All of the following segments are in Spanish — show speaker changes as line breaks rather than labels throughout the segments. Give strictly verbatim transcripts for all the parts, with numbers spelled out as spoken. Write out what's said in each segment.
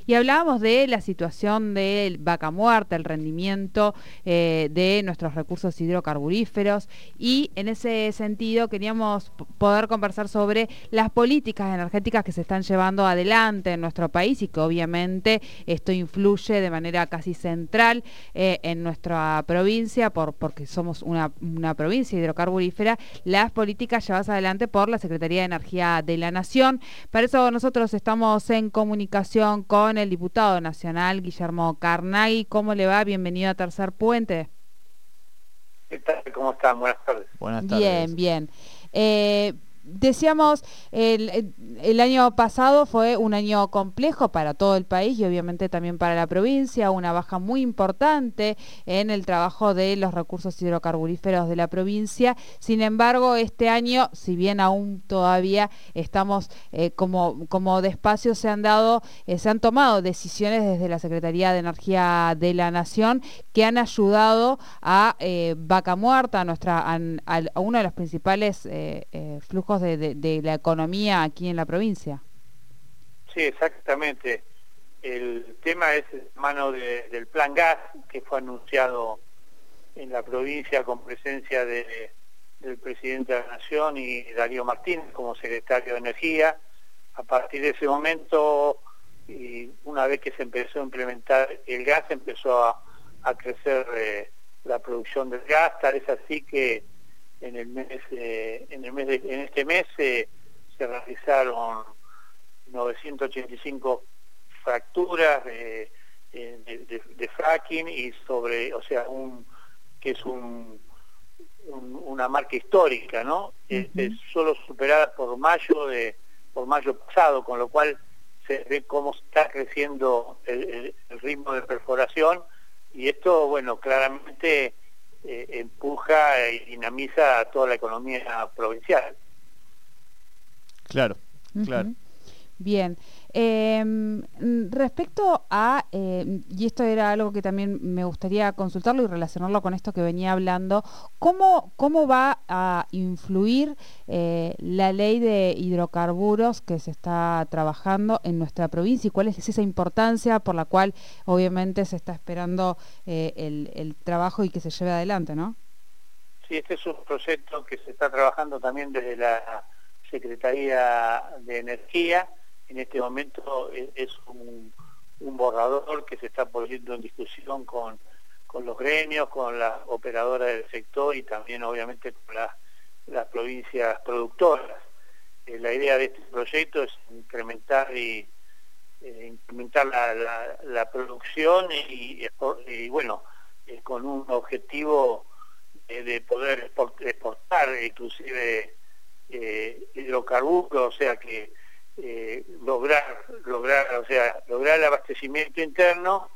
y hablábamos de la situación de Vaca Muerta, el rendimiento eh, de nuestros recursos hidrocarburíferos, y en ese sentido queríamos poder conversar sobre las políticas energéticas que se están llevando adelante en nuestro país y que obviamente esto influye de manera casi central eh, en nuestra provincia, por, porque somos una, una provincia hidrocarburífera, las políticas llevadas adelante por la Secretaría de Energía de la Nación. Para eso nosotros estamos en comunicación con el diputado nacional Guillermo Carnaghi. ¿Cómo le va? Bienvenido a Tercer Puente.
¿Qué tal? ¿Cómo están? Buenas tardes.
Buenas tardes. Bien, bien. Eh, decíamos, el, el año pasado fue un año complejo para todo el país y obviamente también para la provincia, una baja muy importante en el trabajo de los recursos hidrocarburíferos de la provincia. Sin embargo, este año, si bien aún todavía estamos eh, como, como despacio, se han dado, eh, se han tomado decisiones desde la Secretaría de Energía de la Nación que han ayudado a eh, Vaca Muerta, a, nuestra, a, a uno de los principales eh, eh, flujos De, de, de la economía aquí en la provincia.
Sí, exactamente. El tema es en mano de, del Plan Gas, que fue anunciado en la provincia con presencia de, del presidente de la Nación y Darío Martínez como secretario de Energía. A partir de ese momento, y una vez que se empezó a implementar el gas, empezó a, a crecer eh, la producción del gas, tal es así que en el mes eh, en el mes de, en este mes eh, se realizaron novecientas ochenta y cinco fracturas de, de, de, de fracking y sobre, o sea, un que es un, un una marca histórica, ¿no? Uh-huh. Este, solo superada por mayo de por mayo pasado, con lo cual se ve cómo está creciendo el, el, el ritmo de perforación, y esto, bueno, claramente Eh, empuja y dinamiza a toda la economía provincial.
Claro, uh-huh. Claro. Bien. Eh, respecto a, eh, y esto era algo que también me gustaría consultarlo y relacionarlo con esto que venía hablando, ¿cómo, cómo va a influir eh, la ley de hidrocarburos que se está trabajando en nuestra provincia y cuál es esa importancia por la cual obviamente se está esperando eh, el, el trabajo y que se lleve adelante, ¿no?
Sí, este es un proyecto que se está trabajando también desde la Secretaría de Energía. En este momento es un, un borrador que se está poniendo en discusión con, con los gremios, con las operadoras del sector y también obviamente con las, las provincias productoras. Eh, la idea de este proyecto es incrementar y eh, incrementar la, la, la producción y, y, y bueno, eh, con un objetivo eh, de poder exportar inclusive eh, hidrocarburos, o sea que Eh, lograr lograr o sea lograr el abastecimiento interno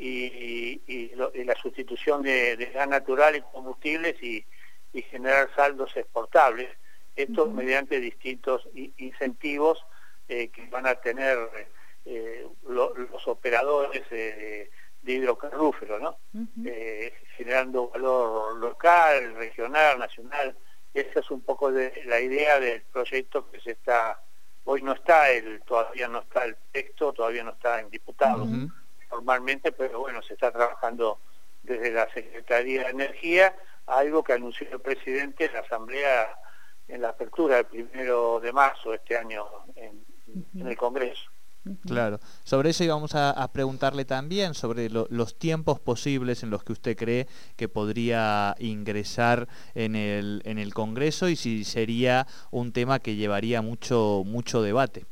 y, y, lo, y la sustitución de, de gas natural y combustibles y, y generar saldos exportables, esto uh-huh. mediante distintos incentivos eh, que van a tener eh, lo, los operadores eh, de hidrocarburos, ¿no? Uh-huh. eh, generando valor local, regional, nacional. Esa es un poco de la idea del proyecto que se está. Hoy no está el, todavía no está el texto, todavía no está en diputados uh-huh. formalmente, pero bueno, se está trabajando desde la Secretaría de Energía, algo que anunció el presidente en la Asamblea en la apertura del primero de marzo de este año en, uh-huh. en el Congreso.
Claro, sobre eso íbamos a, a preguntarle también, sobre lo, los tiempos posibles en los que usted cree que podría ingresar en el, en el Congreso y si sería un tema que llevaría mucho, mucho debate.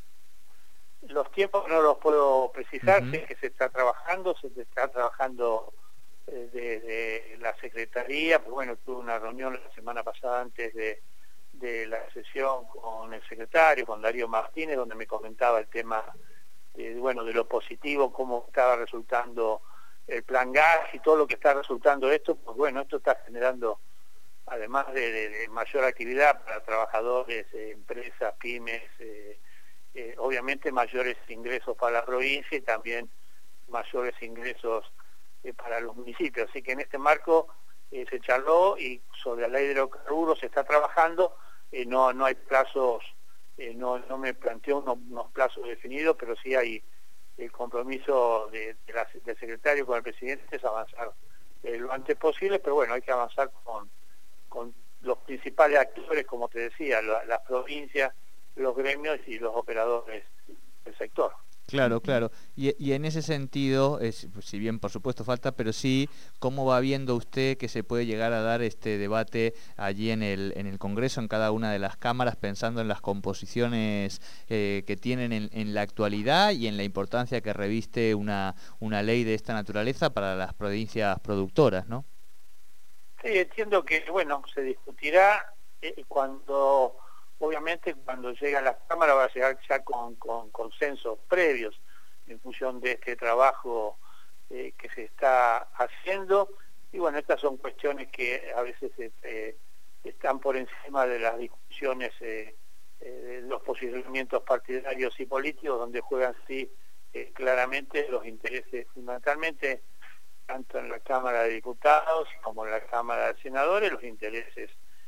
Los tiempos no los puedo precisar, uh-huh. sé que se está trabajando, se está trabajando eh, desde la Secretaría, pues bueno, tuve una reunión la semana pasada antes de de la sesión con el secretario, con Darío Martínez, donde me comentaba el tema de, bueno, de lo positivo, cómo estaba resultando el Plan Gas y todo lo que está resultando esto, pues bueno, esto está generando, además de, de, de mayor actividad para trabajadores, eh, empresas, pymes, eh, eh, obviamente mayores ingresos para la provincia y también mayores ingresos eh, para los municipios. Así que en este marco eh, se charló y sobre la ley de hidrocarburos se está trabajando. Eh, no, no hay plazos, eh, no, no me planteó unos, unos plazos definidos, pero sí hay el compromiso de, de la, del secretario con el presidente es avanzar eh, lo antes posible, pero bueno, hay que avanzar con, con los principales actores, como te decía, la, las provincias, los gremios y los operadores del sector.
Claro, claro. Y, y en ese sentido, es, si bien por supuesto falta, pero sí, ¿cómo va viendo usted que se puede llegar a dar este debate allí en el, en el Congreso, en cada una de las cámaras, pensando en las composiciones eh, que tienen en, en la actualidad y en la importancia que reviste una, una ley de esta naturaleza para las provincias productoras, ¿no?
Sí, entiendo que, bueno, se discutirá eh, cuando... Obviamente cuando llega a la Cámara va a llegar ya con, con consensos previos en función de este trabajo eh, que se está haciendo, y bueno, estas son cuestiones que a veces eh, están por encima de las discusiones, eh, eh, de los posicionamientos partidarios y políticos, donde juegan sí eh, claramente los intereses, fundamentalmente tanto en la Cámara de Diputados como en la Cámara de Senadores, los intereses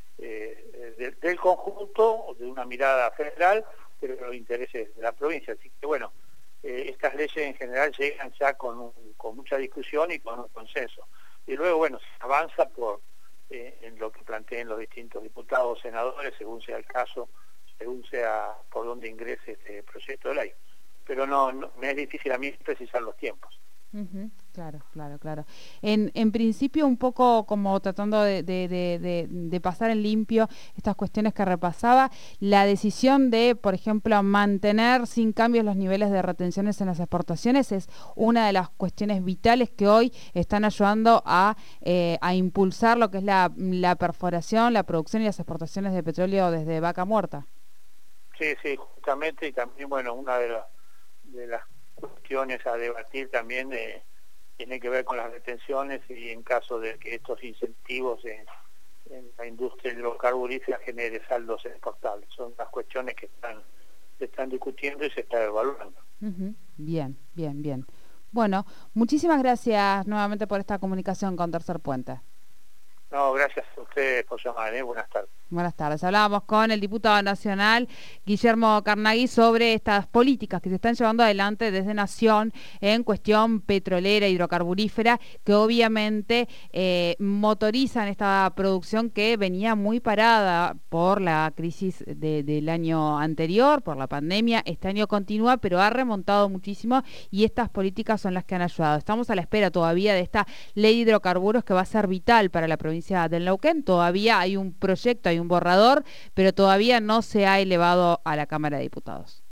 Eh, de, del conjunto, de una mirada federal, pero los intereses de la provincia. Así que bueno, eh, estas leyes en general llegan ya con, un, con mucha discusión y con un consenso. Y luego, bueno, se avanza por eh, en lo que planteen los distintos diputados o senadores, según sea el caso, según sea por dónde ingrese este proyecto de ley. Pero no, no me es difícil a mí precisar los tiempos.
Uh-huh, claro, claro, claro. En, en principio un poco como tratando de, de, de, de, de pasar en limpio estas cuestiones que repasaba, la decisión de, por ejemplo, mantener sin cambios los niveles de retenciones en las exportaciones es una de las cuestiones vitales que hoy están ayudando a, eh, a impulsar lo que es la, la perforación, la producción y las exportaciones de petróleo desde Vaca Muerta.
Sí, sí, justamente, y también, bueno, una de, la, de las cuestiones a debatir también eh, tiene que ver con las retenciones y en caso de que estos incentivos en, en la industria hidrocarburífera genere saldos exportables. Son las cuestiones que están se están discutiendo y se está evaluando.
Uh-huh. Bien, bien, bien. Bueno, muchísimas gracias nuevamente por esta comunicación con Tercer Puente.
No, gracias a ustedes por llamar, ¿eh? Buenas tardes.
Buenas tardes. Hablábamos con el diputado nacional Guillermo Carnaghi sobre estas políticas que se están llevando adelante desde Nación en cuestión petrolera, hidrocarburífera, que obviamente eh, motorizan esta producción que venía muy parada por la crisis de, del año anterior, por la pandemia. Este año continúa, pero ha remontado muchísimo y estas políticas son las que han ayudado. Estamos a la espera todavía de esta ley de hidrocarburos que va a ser vital para la provincia del Neuquén. Todavía hay un proyecto, hay un borrador, pero todavía no se ha elevado a la Cámara de Diputados.